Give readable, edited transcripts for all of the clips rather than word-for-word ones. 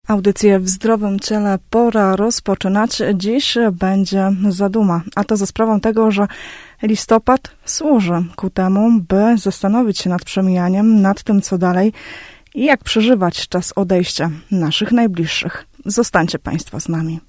Audycję w zdrowym ciele pora rozpoczynać. Dziś będzie zaduma, a to za sprawą tego, że listopad służy ku temu, by zastanowić się nad przemijaniem, nad tym, co dalej i jak przeżywać czas odejścia naszych najbliższych. Zostańcie Państwo z nami.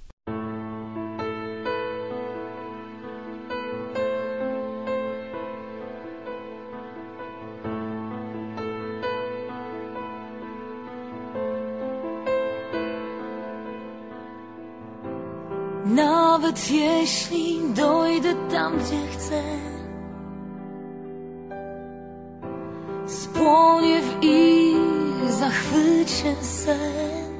Nawet jeśli dojdę tam, gdzie chcę, spłonie w ich zachwycie sen.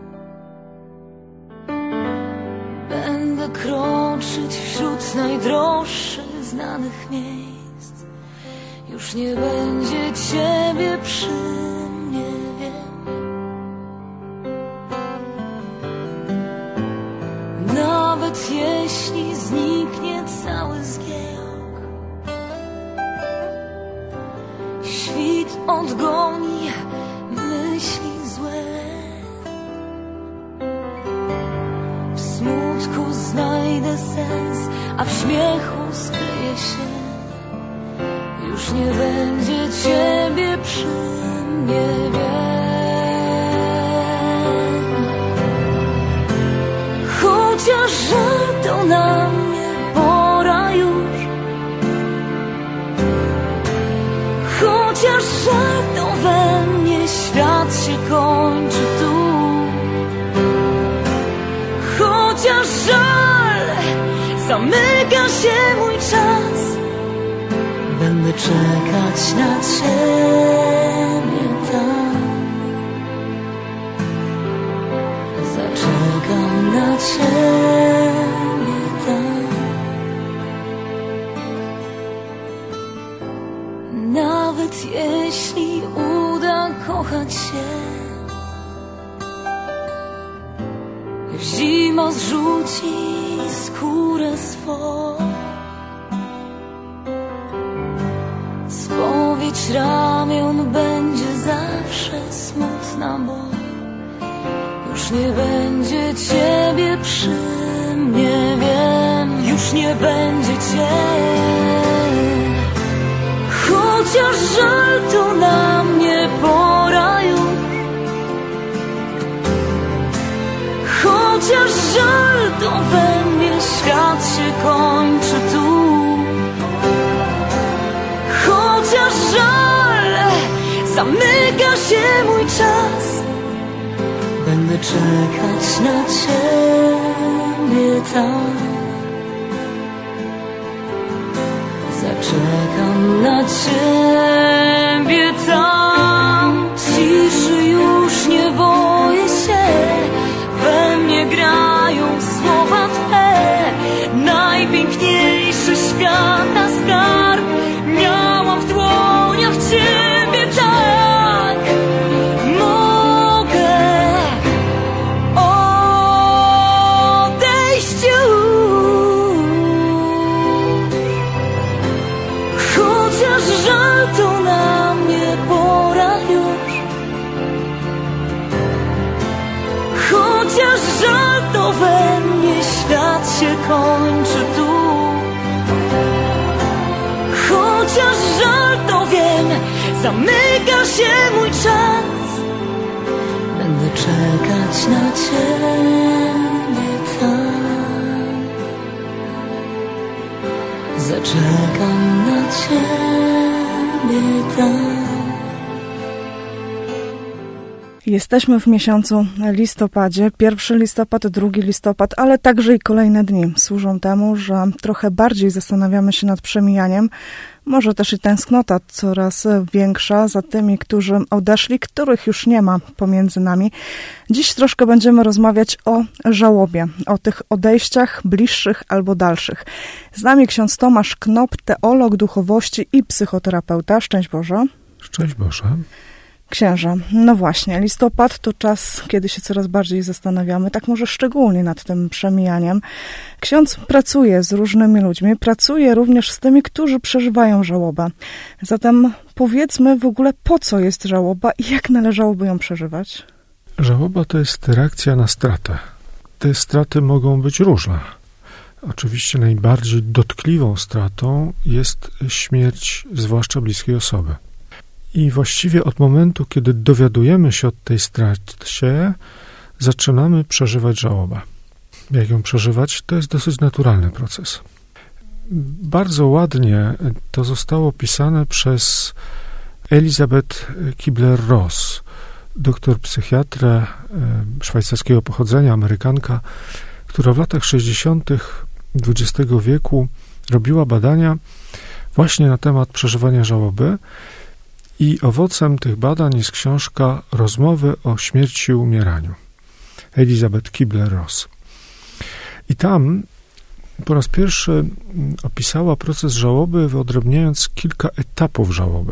Będę kroczyć wśród najdroższych znanych miejsc. Już nie będzie Ciebie przy mnie, wiem. Nawet jeśli zniknie cały zgiełk, świt odgoni myśli złe. W smutku znajdę sens, a w śmiechu skryje się. Już nie będzie Ciebie przy mnie, wiem. Chociaż żal to na mnie pora już, chociaż żal to we mnie świat się kończy tu, chociaż żal zamyka się mój czas, będę czekać na Ciebie tam. Zaczekam na Ciebie tam. Nawet jeśli uda kochać się, zima zrzuci skórę swą, spowiedź ramion będzie zawsze smutna, bo już nie będzie Ciebie przy mnie, wiem. Już nie będzie Cię. Chociaż żal to na mnie pora już, chociaż żal to we mnie świat się kończy tu, chociaż żal zamyka się mój czas, będę czekać na Ciebie tam. Zaczekam na Ciebie tam. Ciszy już nie boję się, we mnie grają słowa Twe. Najpiękniejszy świata skarb miałam w dłoniach Ciebie, tak. Mogę odejść już, chociaż żal to na mnie pora już, chociaż żal to we mnie świat się kończy tu, chociaż żal to wiem, zamyka się mój czas, będę czekać na Ciebie tam. Zaczekam na Ciebie tam. Jesteśmy w miesiącu listopadzie, 1 listopad, 2 listopad, ale także i kolejne dni służą temu, że trochę bardziej zastanawiamy się nad przemijaniem. Może też i tęsknota coraz większa za tymi, którzy odeszli, których już nie ma pomiędzy nami. Dziś troszkę będziemy rozmawiać o żałobie, o tych odejściach bliższych albo dalszych. Z nami ksiądz Tomasz Knop, teolog duchowości i psychoterapeuta. Szczęść Boże. Szczęść Boże. Księże, no właśnie, listopad to czas, kiedy się coraz bardziej zastanawiamy, tak może szczególnie nad tym przemijaniem. Ksiądz pracuje z różnymi ludźmi, pracuje również z tymi, którzy przeżywają żałobę. Zatem powiedzmy w ogóle, po co jest żałoba i jak należałoby ją przeżywać? Żałoba to jest reakcja na stratę. Te straty mogą być różne. Oczywiście najbardziej dotkliwą stratą jest śmierć, zwłaszcza bliskiej osoby. I właściwie od momentu, kiedy dowiadujemy się o tej stracie, zaczynamy przeżywać żałobę. Jak ją przeżywać? To jest dosyć naturalny proces. Bardzo ładnie to zostało opisane przez Elisabeth Kübler-Ross, doktor psychiatra szwajcarskiego pochodzenia, Amerykanka, która w latach 60. XX wieku robiła badania właśnie na temat przeżywania żałoby i owocem tych badań jest książka Rozmowy o śmierci i umieraniu Elisabeth Kübler-Ross. I tam po raz pierwszy opisała proces żałoby, wyodrębniając kilka etapów żałoby.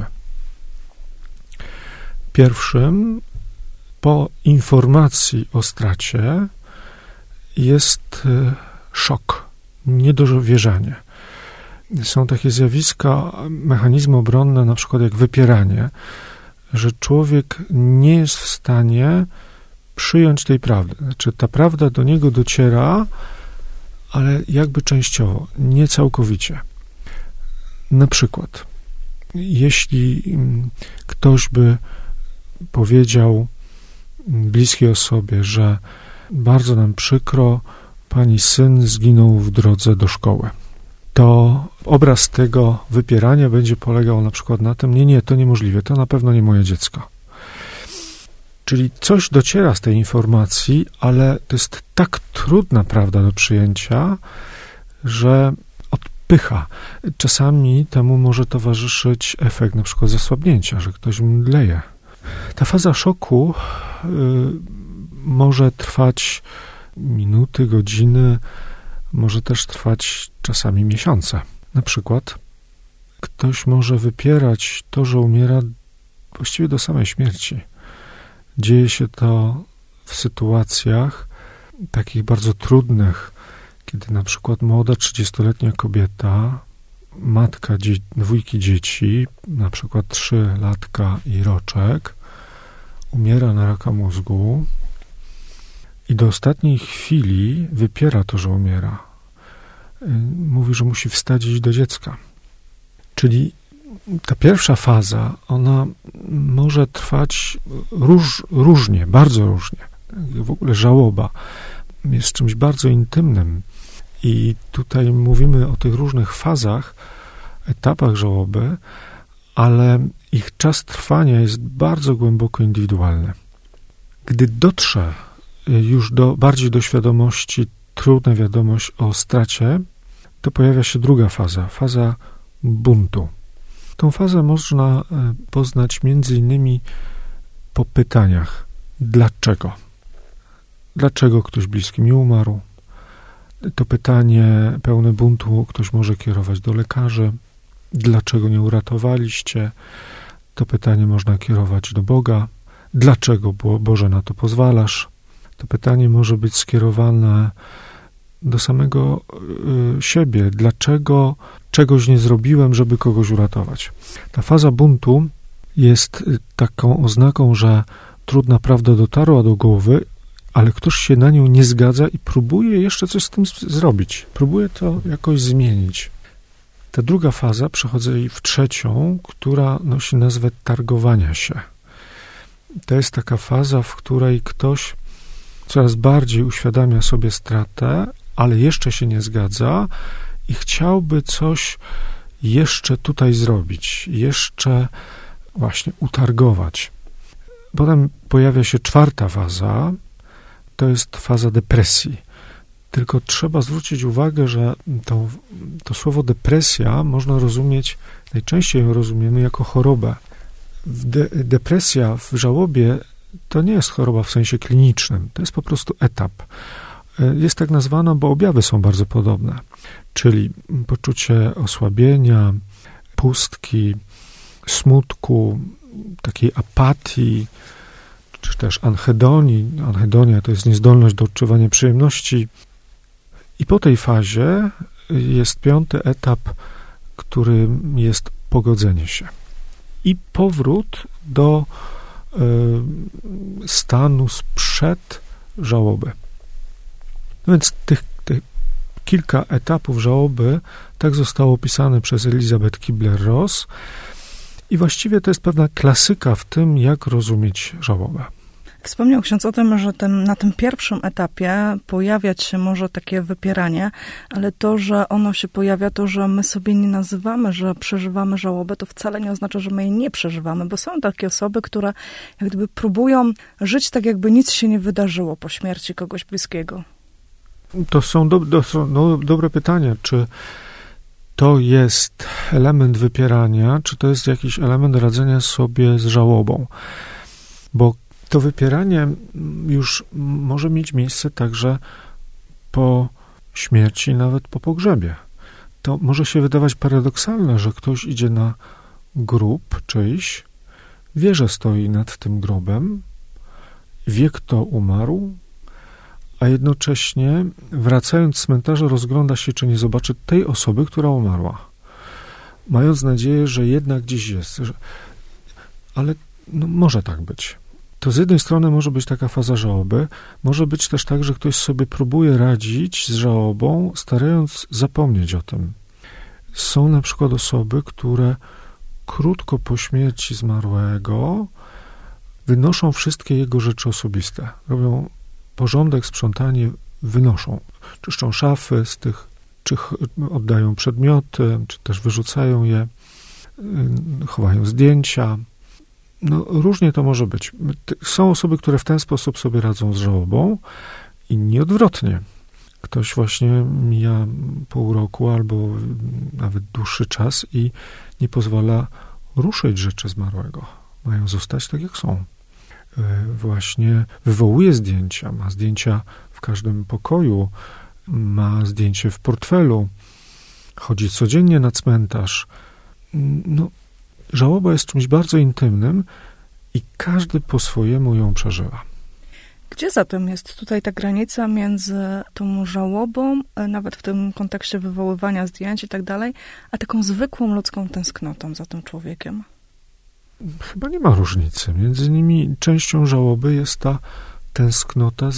Pierwszym, po informacji o stracie, jest szok, niedowierzanie. Są takie zjawiska, mechanizmy obronne, na przykład jak wypieranie, że człowiek nie jest w stanie przyjąć tej prawdy. Znaczy, ta prawda do niego dociera, ale jakby częściowo, nie całkowicie. Na przykład, jeśli ktoś by powiedział bliskiej osobie, że bardzo nam przykro, pani syn zginął w drodze do szkoły, to obraz tego wypierania będzie polegał na przykład na tym, nie, to niemożliwe, to na pewno nie moje dziecko. Czyli coś dociera z tej informacji, ale to jest tak trudna prawda do przyjęcia, że odpycha. Czasami temu może towarzyszyć efekt na przykład zasłabnięcia, że ktoś mdleje. Ta faza szoku może trwać minuty, godziny, może też trwać czasami miesiące. Na przykład ktoś może wypierać to, że umiera właściwie do samej śmierci. Dzieje się to w sytuacjach takich bardzo trudnych, kiedy na przykład młoda 30-letnia kobieta, matka dwójki dzieci, na przykład 3-latka i roczek, umiera na raka mózgu i do ostatniej chwili wypiera to, że umiera. Mówi, że musi wstać i iść do dziecka. Czyli ta pierwsza faza, ona może trwać różnie, bardzo różnie. W ogóle żałoba jest czymś bardzo intymnym i tutaj mówimy o tych różnych fazach, etapach żałoby, ale ich czas trwania jest bardzo głęboko indywidualny. Gdy dotrze już bardziej do świadomości trudna wiadomość o stracie, to pojawia się druga faza, faza buntu. Tą fazę można poznać między innymi po pytaniach. Dlaczego? Dlaczego ktoś bliski mi umarł? To pytanie pełne buntu ktoś może kierować do lekarzy. Dlaczego nie uratowaliście? To pytanie można kierować do Boga. Dlaczego, Boże, na to pozwalasz? To pytanie może być skierowane do samego siebie. Dlaczego czegoś nie zrobiłem, żeby kogoś uratować? Ta faza buntu jest taką oznaką, że trudna prawda dotarła do głowy, ale ktoś się na nią nie zgadza i próbuje jeszcze coś z tym zrobić. Próbuje to jakoś zmienić. Ta druga faza przechodzi w trzecią, która nosi nazwę targowania się. To jest taka faza, w której ktoś coraz bardziej uświadamia sobie stratę, ale jeszcze się nie zgadza i chciałby coś jeszcze tutaj zrobić, jeszcze właśnie utargować. Potem pojawia się czwarta faza, to jest faza depresji. Tylko trzeba zwrócić uwagę, że to słowo depresja można rozumieć, najczęściej ją rozumiemy jako chorobę. Depresja w żałobie to nie jest choroba w sensie klinicznym, to jest po prostu etap. Jest tak nazwana, bo objawy są bardzo podobne, czyli poczucie osłabienia, pustki, smutku, takiej apatii, czy też anhedonii. Anhedonia to jest niezdolność do odczuwania przyjemności. I po tej fazie jest piąty etap, którym jest pogodzenie się. I powrót do stanu sprzed żałoby. No więc tych kilka etapów żałoby tak zostało opisane przez Elizabeth Kubler-Ross i właściwie to jest pewna klasyka w tym, jak rozumieć żałobę. Wspomniał ksiądz o tym, że na tym pierwszym etapie pojawiać się może takie wypieranie, ale to, że ono się pojawia, to, że my sobie nie nazywamy, że przeżywamy żałobę, to wcale nie oznacza, że my jej nie przeżywamy, bo są takie osoby, które jak gdyby próbują żyć tak, jakby nic się nie wydarzyło po śmierci kogoś bliskiego. To są dobre pytania, czy to jest element wypierania, czy to jest jakiś element radzenia sobie z żałobą, bo to wypieranie już może mieć miejsce także po śmierci, nawet po pogrzebie. To może się wydawać paradoksalne, że ktoś idzie na grób czyjś, wie, że stoi nad tym grobem, wie, kto umarł, a jednocześnie wracając z cmentarza rozgląda się, czy nie zobaczy tej osoby, która umarła. Mając nadzieję, że jednak gdzieś jest. Ale może tak być. To z jednej strony może być taka faza żałoby, może być też tak, że ktoś sobie próbuje radzić z żałobą, starając zapomnieć o tym. Są na przykład osoby, które krótko po śmierci zmarłego wynoszą wszystkie jego rzeczy osobiste. Robią porządek, sprzątanie, wynoszą. Czyszczą szafy z tych, czy oddają przedmioty, czy też wyrzucają je, chowają zdjęcia. Różnie to może być. Są osoby, które w ten sposób sobie radzą z żałobą, inni odwrotnie. Ktoś właśnie mija pół roku albo nawet dłuższy czas i nie pozwala ruszyć rzeczy zmarłego. Mają zostać tak, jak są. Właśnie wywołuje zdjęcia, ma zdjęcia w każdym pokoju, ma zdjęcie w portfelu, chodzi codziennie na cmentarz. Żałoba jest czymś bardzo intymnym i każdy po swojemu ją przeżywa. Gdzie zatem jest tutaj ta granica między tą żałobą, nawet w tym kontekście wywoływania zdjęć i tak dalej, a taką zwykłą ludzką tęsknotą za tym człowiekiem? Chyba nie ma różnicy. Między nimi częścią żałoby jest ta tęsknota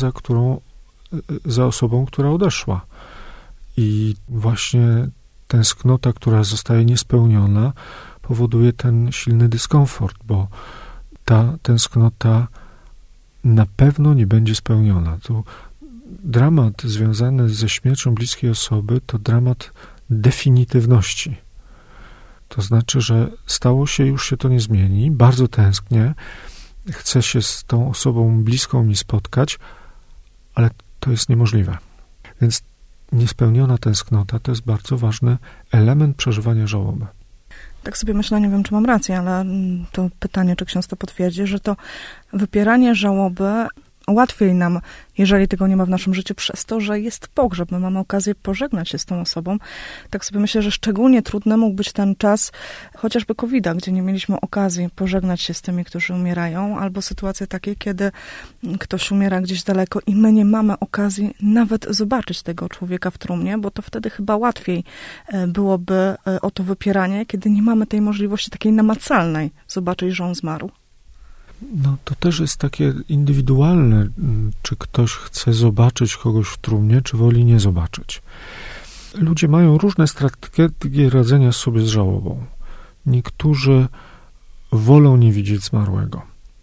za osobą, która odeszła. I właśnie tęsknota, która zostaje niespełniona, powoduje ten silny dyskomfort, bo ta tęsknota na pewno nie będzie spełniona. Tu dramat związany ze śmiercią bliskiej osoby to dramat definitywności. To znaczy, że stało się, już się to nie zmieni, bardzo tęsknię, chcę się z tą osobą bliską mi spotkać, ale to jest niemożliwe. Więc niespełniona tęsknota to jest bardzo ważny element przeżywania żałoby. Tak sobie myślę, nie wiem, czy mam rację, ale to pytanie, czy ksiądz to potwierdzi, że to wypieranie żałoby łatwiej nam, jeżeli tego nie ma w naszym życiu, przez to, że jest pogrzeb. My mamy okazję pożegnać się z tą osobą. Tak sobie myślę, że szczególnie trudny mógł być ten czas chociażby COVID-a, gdzie nie mieliśmy okazji pożegnać się z tymi, którzy umierają, albo sytuacje takie, kiedy ktoś umiera gdzieś daleko i my nie mamy okazji nawet zobaczyć tego człowieka w trumnie, bo to wtedy chyba łatwiej byłoby o to wypieranie, kiedy nie mamy tej możliwości takiej namacalnej zobaczyć, że on zmarł. To też jest takie indywidualne, czy ktoś chce zobaczyć kogoś w trumnie, czy woli nie zobaczyć. Ludzie mają różne strategie radzenia sobie z żałobą. Niektórzy wolą nie widzieć zmarłego.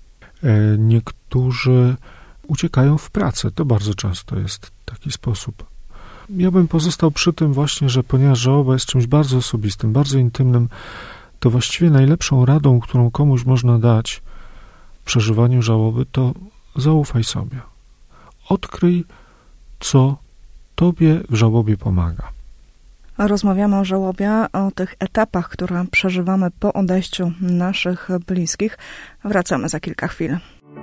Niektórzy uciekają w pracę. To bardzo często jest taki sposób. Ja bym pozostał przy tym właśnie, że ponieważ żałoba jest czymś bardzo osobistym, bardzo intymnym, to właściwie najlepszą radą, którą komuś można dać w przeżywaniu żałoby, to zaufaj sobie. Odkryj, co tobie w żałobie pomaga. Rozmawiamy o żałobie, o tych etapach, które przeżywamy po odejściu naszych bliskich. Wracamy za kilka chwil.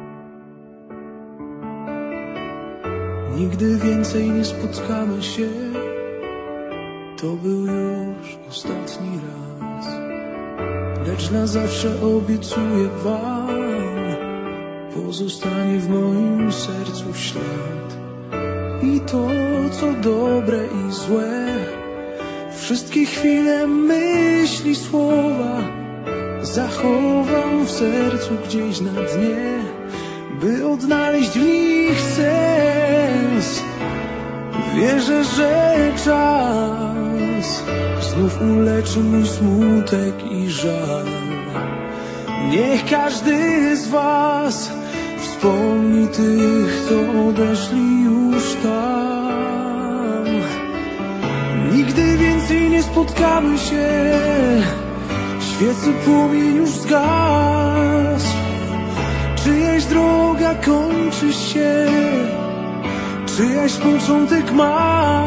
Nigdy więcej nie spotkamy się, to był już ostatni raz. Lecz na zawsze obiecuję wam, pozostanie w moim sercu ślad. I to, co dobre i złe, wszystkie chwile, myśli, słowa, zachowam w sercu gdzieś na dnie, by odnaleźć w nich sens. Wierzę, że czas znów uleczy mój smutek i żal. Niech każdy z was wspomni tych, co odeszli już tam. Nigdy więcej nie spotkamy się, świecy płomień już zgasł. Czyjaś droga kończy się, czyjaś początek ma.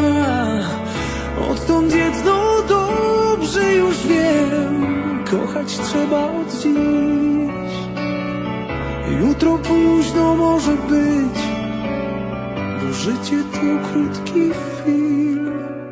Odtąd jedno dobrze już wiem, kochać trzeba od dziś. Jutro późno może być, bo życie to krótki film.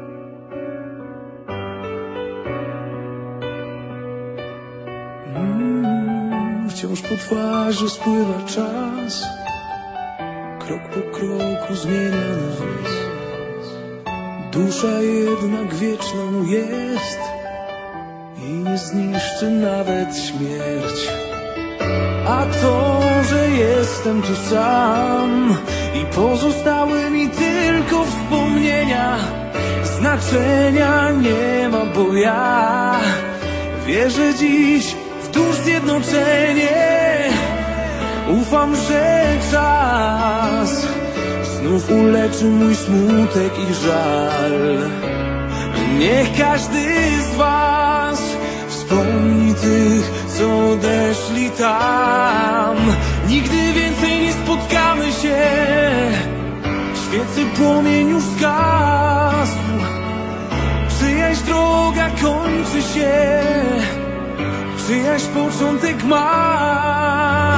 Wciąż po twarzy spływa czas, krok po kroku zmienia nas. Dusza jednak wieczną jest i nie zniszczy nawet śmierć. A to, że jestem tu sam i pozostały mi tylko wspomnienia, znaczenia nie ma, bo ja wierzę dziś w dusz zjednoczenie. Ufam, że czas znów uleczy mój smutek i żal. Niech każdy z was wspomni tych, co odeszli tam. Nigdy więcej nie spotkamy się, świecy płomień już zgasł. Czyjaś droga kończy się, czyjaś początek ma.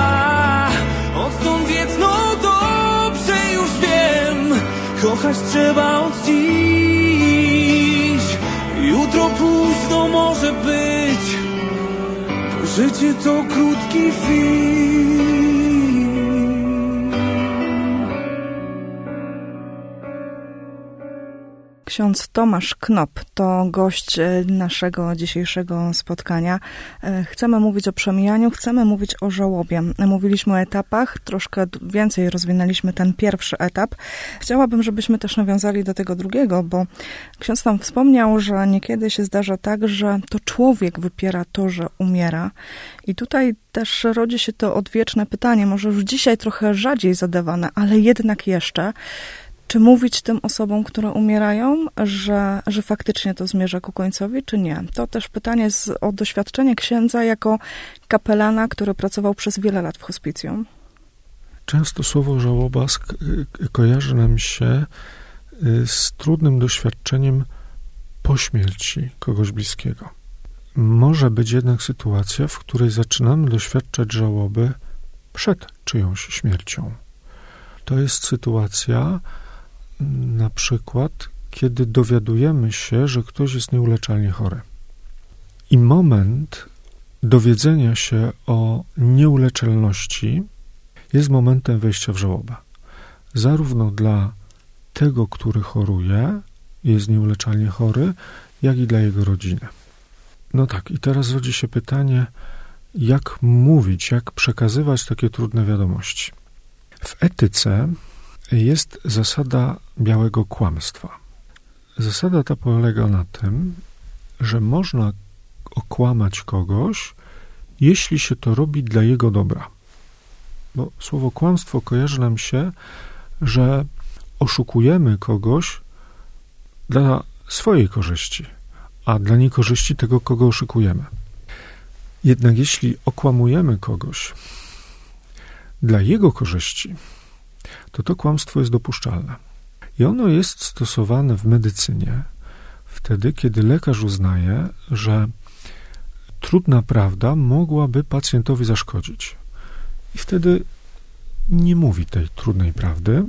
Odtąd jedno dobrze już wiem, kochać trzeba od dziś. Jutro późno może być, bo życie to krótki film. Ksiądz Tomasz Knop to gość naszego dzisiejszego spotkania. Chcemy mówić o przemijaniu, chcemy mówić o żałobie. Mówiliśmy o etapach, troszkę więcej rozwinęliśmy ten pierwszy etap. Chciałabym, żebyśmy też nawiązali do tego drugiego, bo ksiądz tam wspomniał, że niekiedy się zdarza tak, że to człowiek wypiera to, że umiera. I tutaj też rodzi się to odwieczne pytanie, może już dzisiaj trochę rzadziej zadawane, ale jednak jeszcze. Czy mówić tym osobom, które umierają, że faktycznie to zmierza ku końcowi, czy nie? To też pytanie o doświadczenie księdza jako kapelana, który pracował przez wiele lat w hospicjum. Często słowo żałoba kojarzy nam się z trudnym doświadczeniem po śmierci kogoś bliskiego. Może być jednak sytuacja, w której zaczynamy doświadczać żałoby przed czyjąś śmiercią. To jest sytuacja, na przykład, kiedy dowiadujemy się, że ktoś jest nieuleczalnie chory. I moment dowiedzenia się o nieuleczalności jest momentem wejścia w żałobę. Zarówno dla tego, który choruje, jest nieuleczalnie chory, jak i dla jego rodziny. No tak, i teraz rodzi się pytanie, jak mówić, jak przekazywać takie trudne wiadomości. W etyce jest zasada białego kłamstwa. Zasada ta polega na tym, że można okłamać kogoś, jeśli się to robi dla jego dobra. Bo słowo kłamstwo kojarzy nam się, że oszukujemy kogoś dla swojej korzyści, a dla niekorzyści tego, kogo oszukujemy. Jednak jeśli okłamujemy kogoś dla jego korzyści, to kłamstwo jest dopuszczalne. I ono jest stosowane w medycynie wtedy, kiedy lekarz uznaje, że trudna prawda mogłaby pacjentowi zaszkodzić. I wtedy nie mówi tej trudnej prawdy.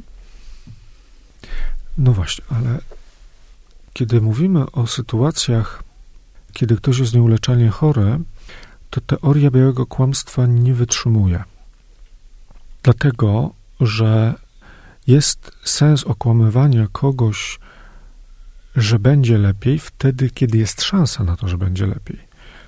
No właśnie, ale kiedy mówimy o sytuacjach, kiedy ktoś jest nieuleczalnie chory, to teoria białego kłamstwa nie wytrzymuje. Dlatego, że jest sens okłamywania kogoś, że będzie lepiej, wtedy, kiedy jest szansa na to, że będzie lepiej.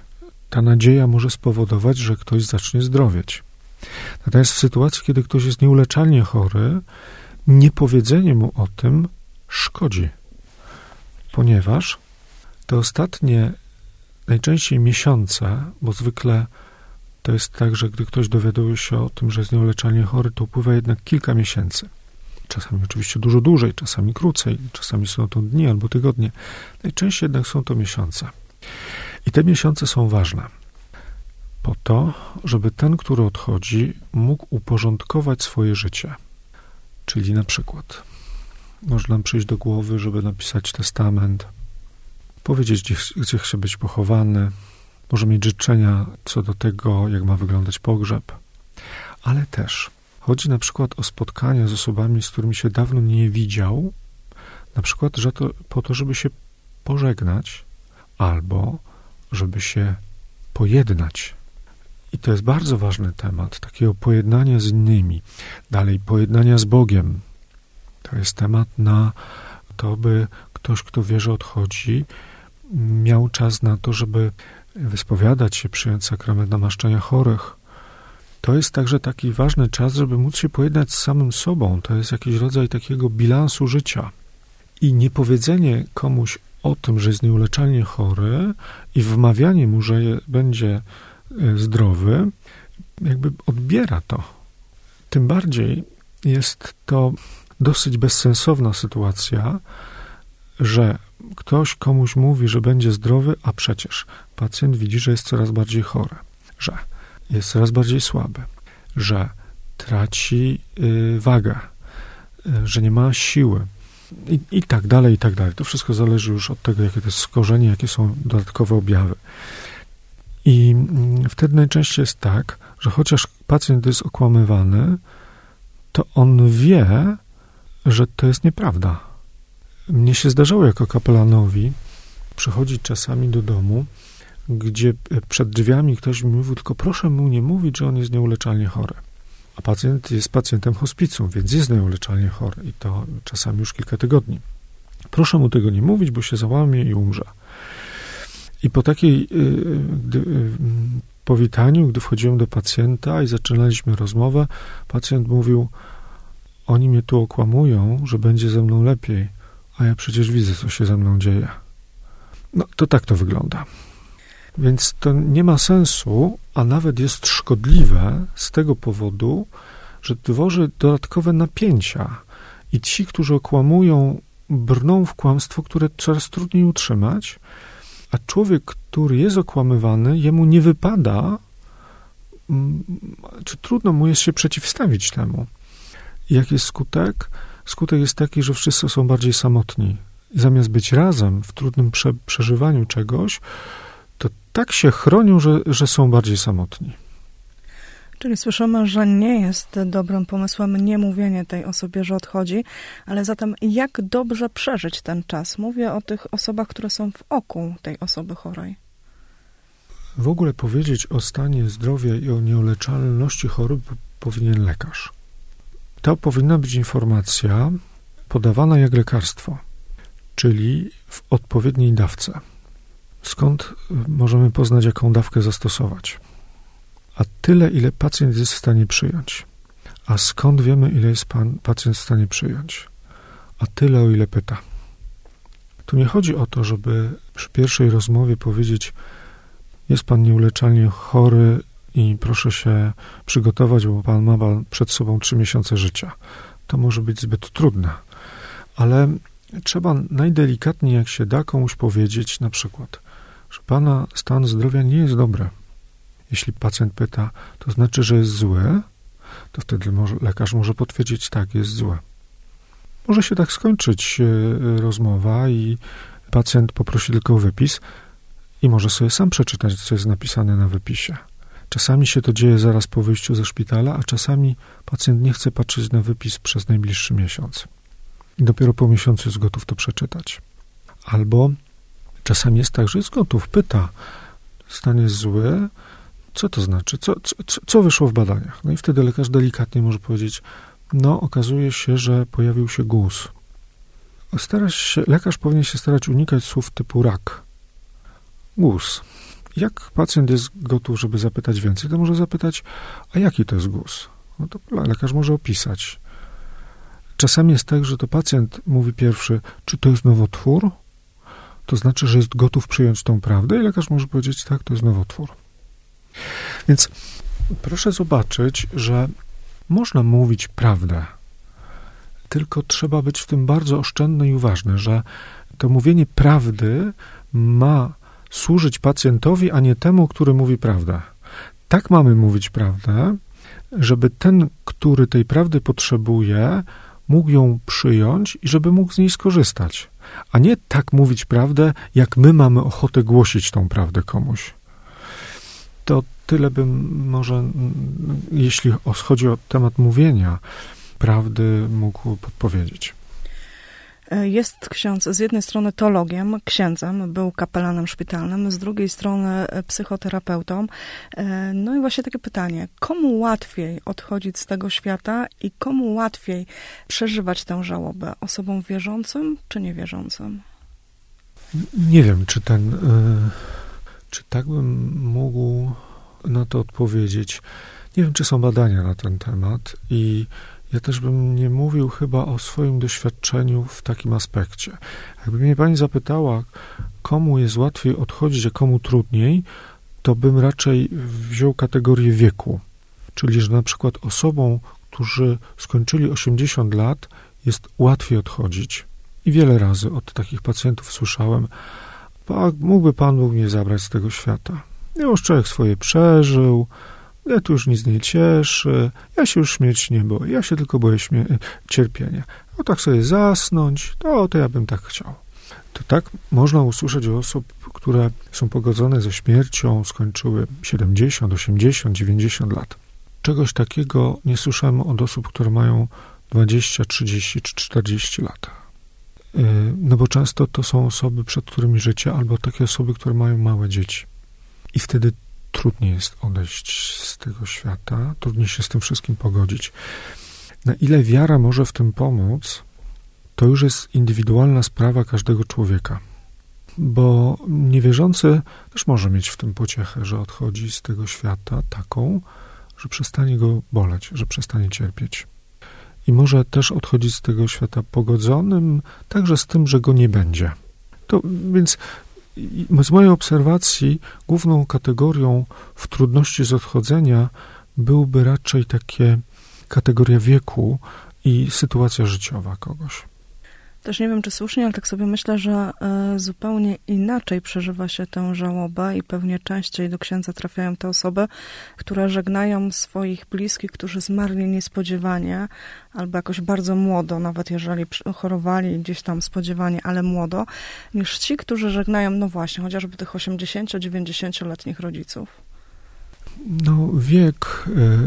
ta nadzieja może spowodować, że ktoś zacznie zdrowieć. Natomiast w sytuacji, kiedy ktoś jest nieuleczalnie chory, niepowiedzenie mu o tym szkodzi, ponieważ te ostatnie, najczęściej miesiące, bo zwykle to jest tak, że gdy ktoś dowiaduje się o tym, że jest nieuleczalnie chory, to upływa jednak kilka miesięcy. Czasami oczywiście dużo dłużej, czasami krócej, czasami są to dni albo tygodnie. Najczęściej jednak są to miesiące. I te miesiące są ważne po to, żeby ten, który odchodzi, mógł uporządkować swoje życie. Czyli na przykład może nam przyjść do głowy, żeby napisać testament, powiedzieć, gdzie chce być pochowany, może mieć życzenia co do tego, jak ma wyglądać pogrzeb, ale też chodzi na przykład o spotkania z osobami, z którymi się dawno nie widział, na przykład po to, żeby się pożegnać albo żeby się pojednać. I to jest bardzo ważny temat, takiego pojednania z innymi. Dalej, pojednania z Bogiem. To jest temat na to, by ktoś, kto wie, że odchodzi, miał czas na to, żeby wyspowiadać się, przyjąć sakrament namaszczenia chorych. To jest także taki ważny czas, żeby móc się pojednać z samym sobą. To jest jakiś rodzaj takiego bilansu życia. I niepowiedzenie komuś o tym, że jest nieuleczalnie chory i wmawianie mu, że będzie zdrowy, jakby odbiera to. Tym bardziej jest to dosyć bezsensowna sytuacja, że ktoś komuś mówi, że będzie zdrowy, a przecież pacjent widzi, że jest coraz bardziej chory, że jest coraz bardziej słaby, że traci wagę, że nie ma siły i tak dalej, i tak dalej. To wszystko zależy już od tego, jakie to jest skorzenie, jakie są dodatkowe objawy. I wtedy najczęściej jest tak, że chociaż pacjent jest okłamywany, to on wie, że to jest nieprawda. Mnie się zdarzało jako kapelanowi przychodzić czasami do domu, gdzie przed drzwiami ktoś mi mówił, tylko proszę mu nie mówić, że on jest nieuleczalnie chory. A pacjent jest pacjentem hospicjum, więc jest nieuleczalnie chory i to czasami już kilka tygodni. Proszę mu tego nie mówić, bo się załamie i umrze. I po takiej powitaniu, gdy wchodziłem do pacjenta i zaczynaliśmy rozmowę, pacjent mówił, oni mnie tu okłamują, że będzie ze mną lepiej, a ja przecież widzę, co się ze mną dzieje. No, to tak to wygląda. Więc to nie ma sensu, a nawet jest szkodliwe z tego powodu, że tworzy dodatkowe napięcia i ci, którzy okłamują, brną w kłamstwo, które coraz trudniej utrzymać, a człowiek, który jest okłamywany, jemu nie wypada, czy trudno mu jest się przeciwstawić temu. I jaki jest skutek? Skutek jest taki, że wszyscy są bardziej samotni. I zamiast być razem w trudnym przeżywaniu czegoś, to tak się chronią, że są bardziej samotni. Czyli słyszymy, że nie jest dobrym pomysłem nie mówienie tej osobie, że odchodzi, ale zatem jak dobrze przeżyć ten czas? Mówię o tych osobach, które są wokół tej osoby chorej. W ogóle powiedzieć o stanie zdrowia i o nieuleczalności choroby powinien lekarz. To powinna być informacja podawana jak lekarstwo, czyli w odpowiedniej dawce. Skąd możemy poznać, jaką dawkę zastosować? A tyle, ile pacjent jest w stanie przyjąć. A skąd wiemy, ile jest pacjent w stanie przyjąć? A tyle, o ile pyta. Tu nie chodzi o to, żeby przy pierwszej rozmowie powiedzieć, jest pan nieuleczalnie chory i proszę się przygotować, bo pan ma przed sobą 3 miesiące życia. To może być zbyt trudne. Ale trzeba najdelikatniej, jak się da, komuś powiedzieć na przykład, że pana stan zdrowia nie jest dobry. Jeśli pacjent pyta, to znaczy, że jest zły, to wtedy lekarz może potwierdzić, tak, jest zły. Może się tak skończyć rozmowa i pacjent poprosi tylko o wypis i może sobie sam przeczytać, co jest napisane na wypisie. Czasami się to dzieje zaraz po wyjściu ze szpitala, a czasami pacjent nie chce patrzeć na wypis przez najbliższy miesiąc. I dopiero po miesiącu jest gotów to przeczytać. Albo czasami jest tak, że jest gotów, pyta, stan jest zły, co to znaczy, co wyszło w badaniach? No i wtedy lekarz delikatnie może powiedzieć, no okazuje się, że pojawił się guz. Lekarz powinien się starać unikać słów typu rak. Guz. Jak pacjent jest gotów, żeby zapytać więcej, to może zapytać, a jaki to jest guz? No to lekarz może opisać. Czasami jest tak, że to pacjent mówi pierwszy, czy to jest nowotwór? To znaczy, że jest gotów przyjąć tą prawdę i lekarz może powiedzieć, tak, to jest nowotwór. Więc proszę zobaczyć, że można mówić prawdę, tylko trzeba być w tym bardzo oszczędny i uważny, że to mówienie prawdy ma służyć pacjentowi, a nie temu, który mówi prawdę. Tak mamy mówić prawdę, żeby ten, który tej prawdy potrzebuje, mógł ją przyjąć i żeby mógł z niej skorzystać. A nie tak mówić prawdę, jak my mamy ochotę głosić tą prawdę komuś. To tyle bym może, jeśli chodzi o temat mówienia prawdy, mógł podpowiedzieć. Jest ksiądz z jednej strony teologiem, księdzem, był kapelanem szpitalnym, z drugiej strony psychoterapeutą. No i właśnie takie pytanie, komu łatwiej odchodzić z tego świata i komu łatwiej przeżywać tę żałobę? Osobom wierzącym czy niewierzącym? Nie wiem, czy tak bym mógł na to odpowiedzieć. Nie wiem, czy są badania na ten temat i ja też bym nie mówił chyba o swoim doświadczeniu w takim aspekcie. Jakby mnie pani zapytała, komu jest łatwiej odchodzić, a komu trudniej, to bym raczej wziął kategorię wieku. Czyli, że na przykład osobom, którzy skończyli 80 lat, jest łatwiej odchodzić. I wiele razy od takich pacjentów słyszałem, mógłby Pan Bóg mnie zabrać z tego świata. Ja już człowiek swoje przeżył, ja tu już nic nie cieszy, ja się już śmierci nie boję, ja się tylko boję cierpienia. No tak sobie zasnąć, to ja bym tak chciał. To tak można usłyszeć o osób, które są pogodzone ze śmiercią, skończyły 70, 80, 90 lat. Czegoś takiego nie słyszałem od osób, które mają 20, 30 czy 40 lat. No bo często to są osoby, przed którymi życie, albo takie osoby, które mają małe dzieci. I wtedy trudniej jest odejść z tego świata, trudniej się z tym wszystkim pogodzić. Na ile wiara może w tym pomóc, to już jest indywidualna sprawa każdego człowieka. Bo niewierzący też może mieć w tym pociechę, że odchodzi z tego świata taką, że przestanie go boleć, że przestanie cierpieć. I może też odchodzić z tego świata pogodzonym, także z tym, że go nie będzie. To więc z mojej obserwacji główną kategorią w trudności z odchodzenia byłby raczej takie kategoria wieku i sytuacja życiowa kogoś. Też nie wiem, czy słusznie, ale tak sobie myślę, że zupełnie inaczej przeżywa się tę żałobę i pewnie częściej do księdza trafiają te osoby, które żegnają swoich bliskich, którzy zmarli niespodziewanie albo jakoś bardzo młodo, nawet jeżeli chorowali gdzieś tam spodziewanie, ale młodo, niż ci, którzy żegnają, no właśnie, chociażby tych 80-90-letnich rodziców. No wiek,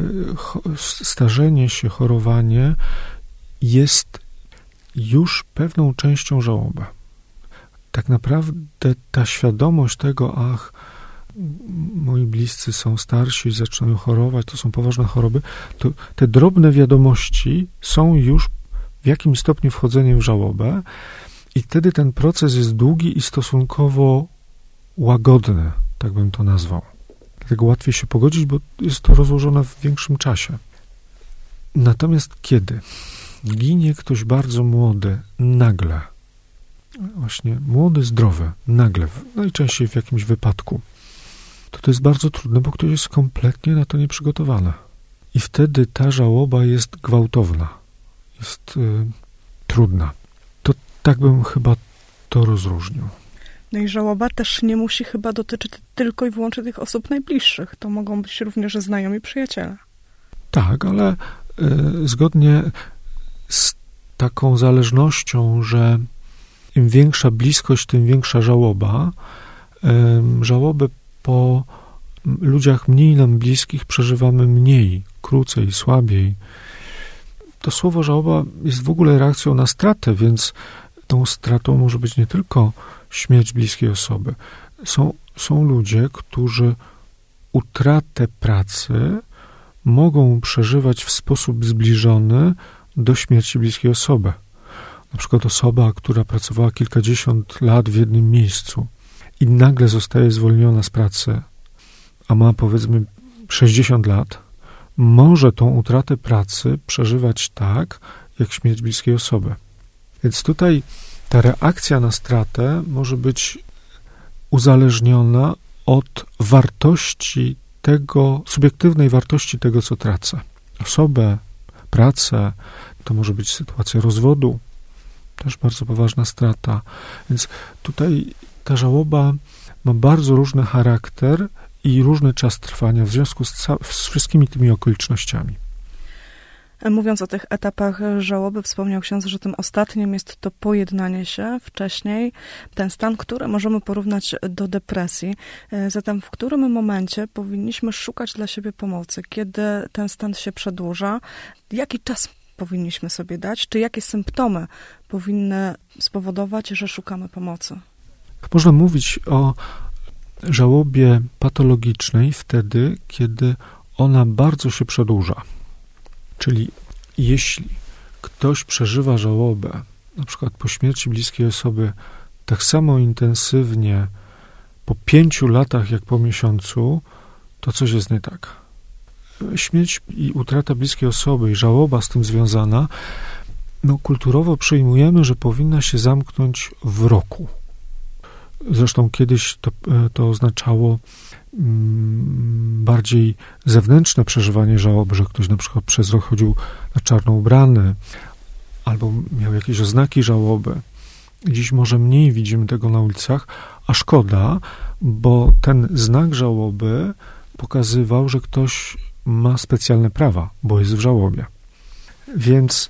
starzenie się, chorowanie jest już pewną częścią żałoby. Tak naprawdę ta świadomość tego, moi bliscy są starsi, zaczynają chorować, to są poważne choroby, to te drobne wiadomości są już w jakimś stopniu wchodzeniem w żałobę i wtedy ten proces jest długi i stosunkowo łagodny, tak bym to nazwał. Dlatego łatwiej się pogodzić, bo jest to rozłożone w większym czasie. Natomiast kiedy ginie ktoś bardzo młody, nagle, właśnie młody, zdrowy, nagle, najczęściej w jakimś wypadku, to jest bardzo trudne, bo ktoś jest kompletnie na to nieprzygotowany. I wtedy ta żałoba jest gwałtowna, jest trudna. To tak bym chyba to rozróżnił. No i żałoba też nie musi chyba dotyczyć tylko i wyłącznie tych osób najbliższych. To mogą być również znajomi, przyjaciele. Tak, ale zgodnie z taką zależnością, że im większa bliskość, tym większa żałoba. Żałobę po ludziach mniej nam bliskich przeżywamy mniej, krócej, słabiej. To słowo żałoba jest w ogóle reakcją na stratę, więc tą stratą może być nie tylko śmierć bliskiej osoby. Są ludzie, którzy utratę pracy mogą przeżywać w sposób zbliżony do śmierci bliskiej osoby. Na przykład osoba, która pracowała kilkadziesiąt lat w jednym miejscu i nagle zostaje zwolniona z pracy, a ma powiedzmy 60 lat, może tą utratę pracy przeżywać tak, jak śmierć bliskiej osoby. Więc tutaj ta reakcja na stratę może być uzależniona od wartości tego, subiektywnej wartości tego, co tracę. Osobę, pracę, to może być sytuacja rozwodu, też bardzo poważna strata. Więc tutaj ta żałoba ma bardzo różny charakter i różny czas trwania w związku z wszystkimi tymi okolicznościami. Mówiąc o tych etapach żałoby, wspomniał ksiądz, że tym ostatnim jest to pojednanie się wcześniej, ten stan, który możemy porównać do depresji. Zatem w którym momencie powinniśmy szukać dla siebie pomocy? Kiedy ten stan się przedłuża? Jaki czas powinniśmy sobie dać? Czy jakie symptomy powinny spowodować, że szukamy pomocy? Można mówić o żałobie patologicznej wtedy, kiedy ona bardzo się przedłuża. Czyli jeśli ktoś przeżywa żałobę, na przykład po śmierci bliskiej osoby, tak samo intensywnie po 5 latach jak po miesiącu, to coś jest nie tak. Śmierć i utrata bliskiej osoby i żałoba z tym związana, kulturowo przyjmujemy, że powinna się zamknąć w roku. Zresztą kiedyś to oznaczało bardziej zewnętrzne przeżywanie żałoby, że ktoś na przykład przez rok chodził na czarno ubrany albo miał jakieś oznaki żałoby. Dziś może mniej widzimy tego na ulicach, a szkoda, bo ten znak żałoby pokazywał, że ktoś ma specjalne prawa, bo jest w żałobie. Więc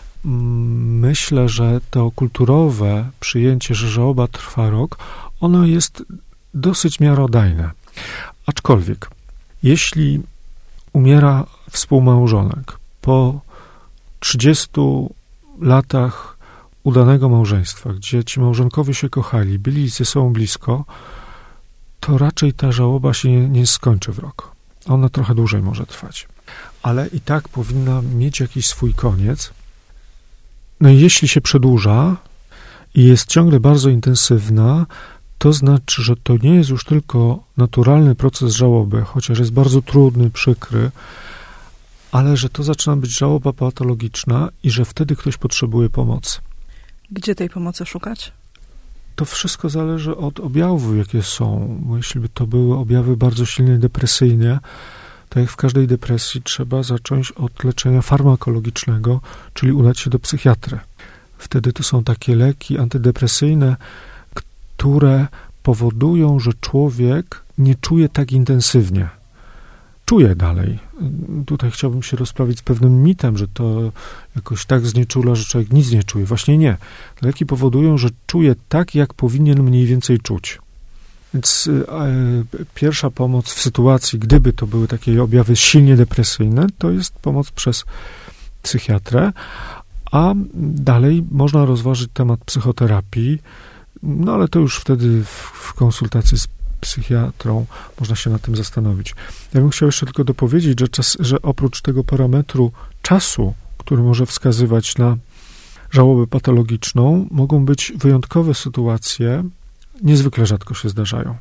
myślę, że to kulturowe przyjęcie, że żałoba trwa rok, ono jest dosyć miarodajne. Aczkolwiek, jeśli umiera współmałżonek po 30 latach udanego małżeństwa, gdzie ci małżonkowie się kochali, byli ze sobą blisko, to raczej ta żałoba się nie skończy w rok. Ona trochę dłużej może trwać. Ale i tak powinna mieć jakiś swój koniec. No i jeśli się przedłuża i jest ciągle bardzo intensywna, to znaczy, że to nie jest już tylko naturalny proces żałoby, chociaż jest bardzo trudny, przykry, ale że to zaczyna być żałoba patologiczna i że wtedy ktoś potrzebuje pomocy. Gdzie tej pomocy szukać? To wszystko zależy od objawów, jakie są. Bo jeśli by to były objawy bardzo silnie depresyjne, tak jak w każdej depresji trzeba zacząć od leczenia farmakologicznego, czyli udać się do psychiatry. Wtedy to są takie leki antydepresyjne, które powodują, że człowiek nie czuje tak intensywnie. Czuje dalej. Tutaj chciałbym się rozprawić z pewnym mitem, że to jakoś tak znieczula, że człowiek nic nie czuje. Właśnie nie. Leki powodują, że czuje tak, jak powinien mniej więcej czuć. Więc pierwsza pomoc w sytuacji, gdyby to były takie objawy silnie depresyjne, to jest pomoc przez psychiatrę, a dalej można rozważyć temat psychoterapii, ale to już wtedy w konsultacji z psychiatrą można się nad tym zastanowić. Ja bym chciał jeszcze tylko dopowiedzieć, że oprócz tego parametru czasu, który może wskazywać na żałobę patologiczną, mogą być wyjątkowe sytuacje, niezwykle rzadko się zdarzają,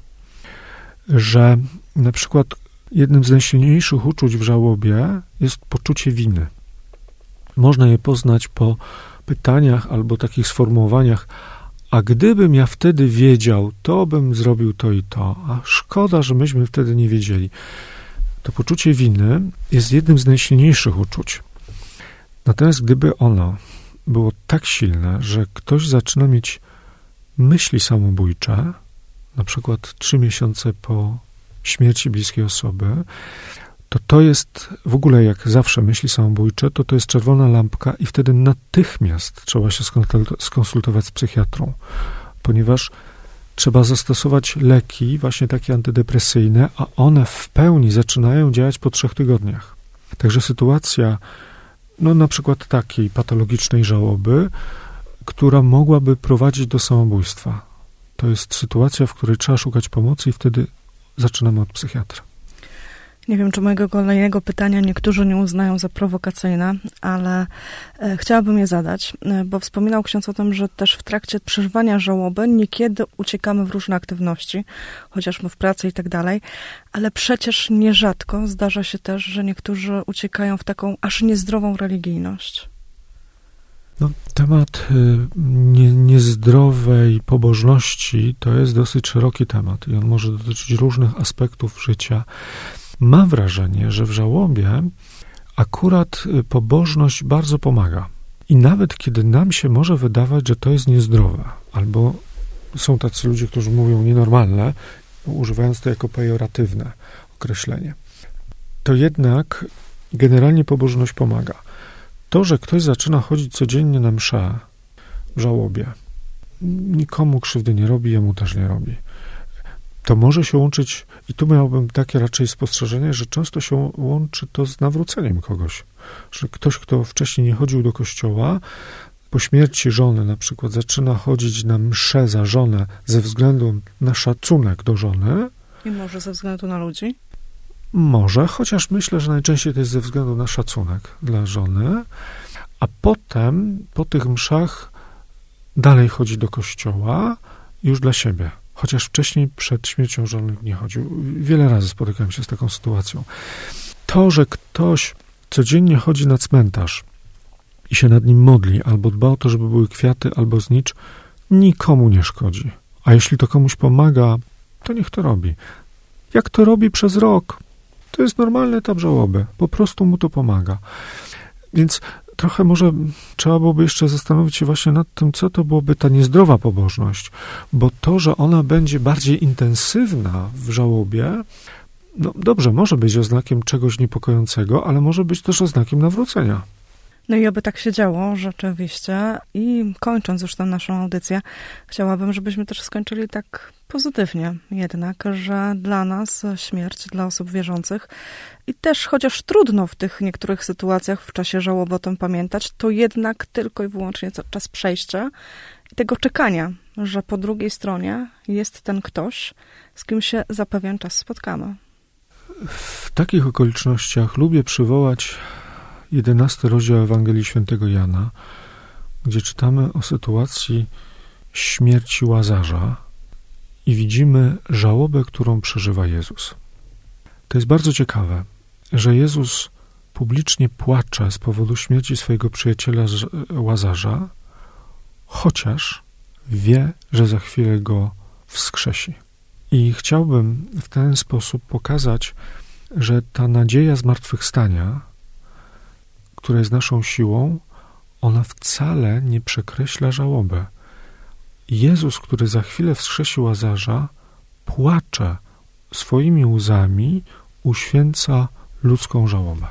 że na przykład jednym z najsilniejszych uczuć w żałobie jest poczucie winy. Można je poznać po pytaniach albo takich sformułowaniach: a gdybym ja wtedy wiedział, to bym zrobił to i to, a szkoda, że myśmy wtedy nie wiedzieli. To poczucie winy jest jednym z najsilniejszych uczuć. Natomiast gdyby ono było tak silne, że ktoś zaczyna mieć myśli samobójcze, na przykład 3 miesiące po śmierci bliskiej osoby, to jest w ogóle, jak zawsze myśli samobójcze, to jest czerwona lampka i wtedy natychmiast trzeba się skonsultować z psychiatrą, ponieważ trzeba zastosować leki, właśnie takie antydepresyjne, a one w pełni zaczynają działać po 3 tygodniach. Także sytuacja, na przykład takiej patologicznej żałoby, która mogłaby prowadzić do samobójstwa. To jest sytuacja, w której trzeba szukać pomocy i wtedy zaczynamy od psychiatra. Nie wiem, czy mojego kolejnego pytania niektórzy nie uznają za prowokacyjne, ale chciałabym je zadać, bo wspominał ksiądz o tym, że też w trakcie przeżywania żałoby niekiedy uciekamy w różne aktywności, chociażby w pracy i tak dalej, ale przecież nierzadko zdarza się też, że niektórzy uciekają w taką aż niezdrową religijność. No, temat niezdrowej pobożności to jest dosyć szeroki temat i on może dotyczyć różnych aspektów życia. Mam wrażenie, że w żałobie akurat pobożność bardzo pomaga. I nawet kiedy nam się może wydawać, że to jest niezdrowe, albo są tacy ludzie, którzy mówią nienormalne, używając to jako pejoratywne określenie, to jednak generalnie pobożność pomaga. To, że ktoś zaczyna chodzić codziennie na mszę w żałobie, nikomu krzywdy nie robi, jemu też nie robi. To może się łączyć, i tu miałbym takie raczej spostrzeżenie, że często się łączy to z nawróceniem kogoś. Że ktoś, kto wcześniej nie chodził do kościoła, po śmierci żony na przykład zaczyna chodzić na mszę za żonę ze względu na szacunek do żony. I może ze względu na ludzi? Może, chociaż myślę, że najczęściej to jest ze względu na szacunek dla żony, a potem po tych mszach dalej chodzi do kościoła już dla siebie. Chociaż wcześniej przed śmiercią żony nie chodził. Wiele razy spotykałem się z taką sytuacją. To, że ktoś codziennie chodzi na cmentarz i się nad nim modli, albo dba o to, żeby były kwiaty, albo znicz, nikomu nie szkodzi. A jeśli to komuś pomaga, to niech to robi. Jak to robi przez rok, to jest normalny etap żałoby. Po prostu mu to pomaga. Więc trochę może trzeba byłoby jeszcze zastanowić się właśnie nad tym, co to byłoby ta niezdrowa pobożność, bo to, że ona będzie bardziej intensywna w żałobie, no dobrze, może być oznakiem czegoś niepokojącego, ale może być też oznakiem nawrócenia. No i oby tak się działo, rzeczywiście. I kończąc już tę naszą audycję, chciałabym, żebyśmy też skończyli tak pozytywnie jednak, że dla nas śmierć, dla osób wierzących i też chociaż trudno w tych niektórych sytuacjach w czasie żałoby o tym pamiętać, to jednak tylko i wyłącznie czas przejścia i tego czekania, że po drugiej stronie jest ten ktoś, z kim się za pewien czas spotkamy. W takich okolicznościach lubię przywołać 11 rozdział Ewangelii Świętego Jana, gdzie czytamy o sytuacji śmierci Łazarza i widzimy żałobę, którą przeżywa Jezus. To jest bardzo ciekawe, że Jezus publicznie płacze z powodu śmierci swojego przyjaciela Łazarza, chociaż wie, że za chwilę go wskrzesi. I chciałbym w ten sposób pokazać, że ta nadzieja zmartwychwstania, która jest naszą siłą, ona wcale nie przekreśla żałoby. Jezus, który za chwilę wskrzesi Łazarza, płacze swoimi łzami, uświęca ludzką żałobę.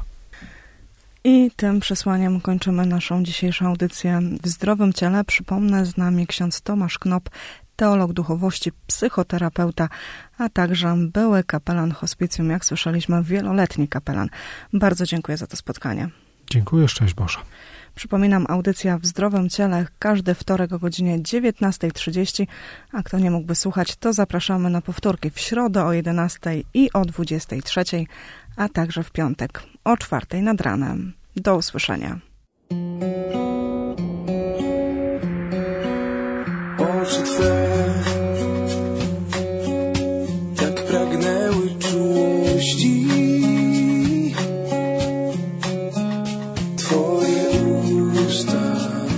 I tym przesłaniem kończymy naszą dzisiejszą audycję w Zdrowym Ciele. Przypomnę, z nami ksiądz Tomasz Knop, teolog duchowości, psychoterapeuta, a także były kapelan hospicjum, jak słyszeliśmy, wieloletni kapelan. Bardzo dziękuję za to spotkanie. Dziękuję, szczęść Boże. Przypominam, audycja w Zdrowym Ciele każdy wtorek o godzinie 19:30, a kto nie mógłby słuchać, to zapraszamy na powtórki w środę o 11:00 i o 23:00, a także w piątek o 4:00 nad ranem. Do usłyszenia. Oczy Twe tak pragnęły czułości, Twoje usta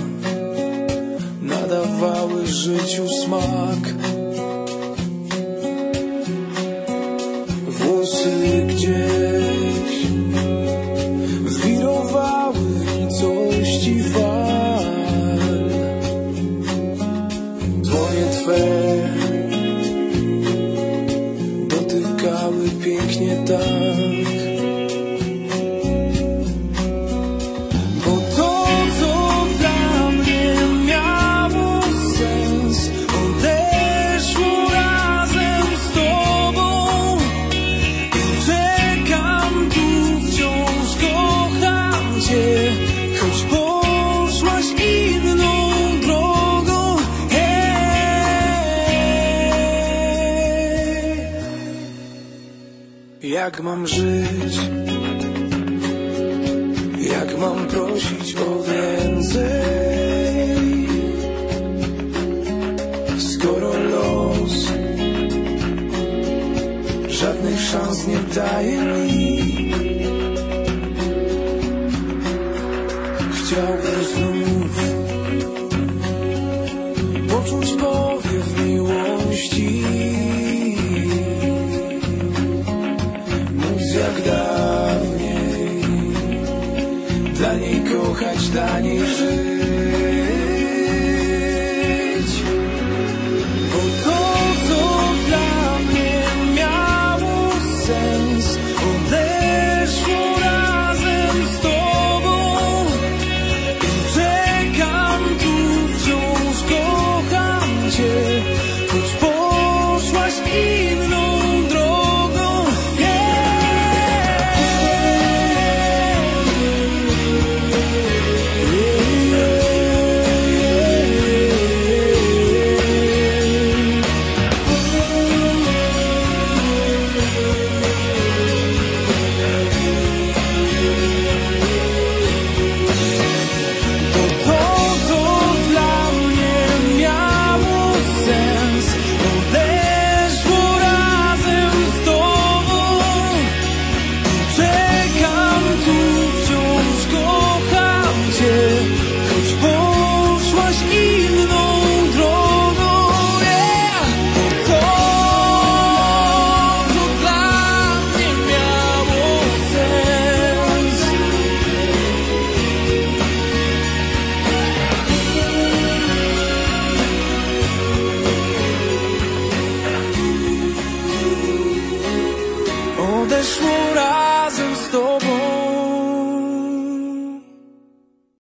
nadawały życiu smak, włosy gdzieś wirowały w nicości fal, dłonie Twe dotykały pięknie tak. Bo to, co dla mnie miało sens, odeszło razem z Tobą i czeka Jak mam żyć? Jak mam prosić o więcej? Skoro los żadnych szans nie daje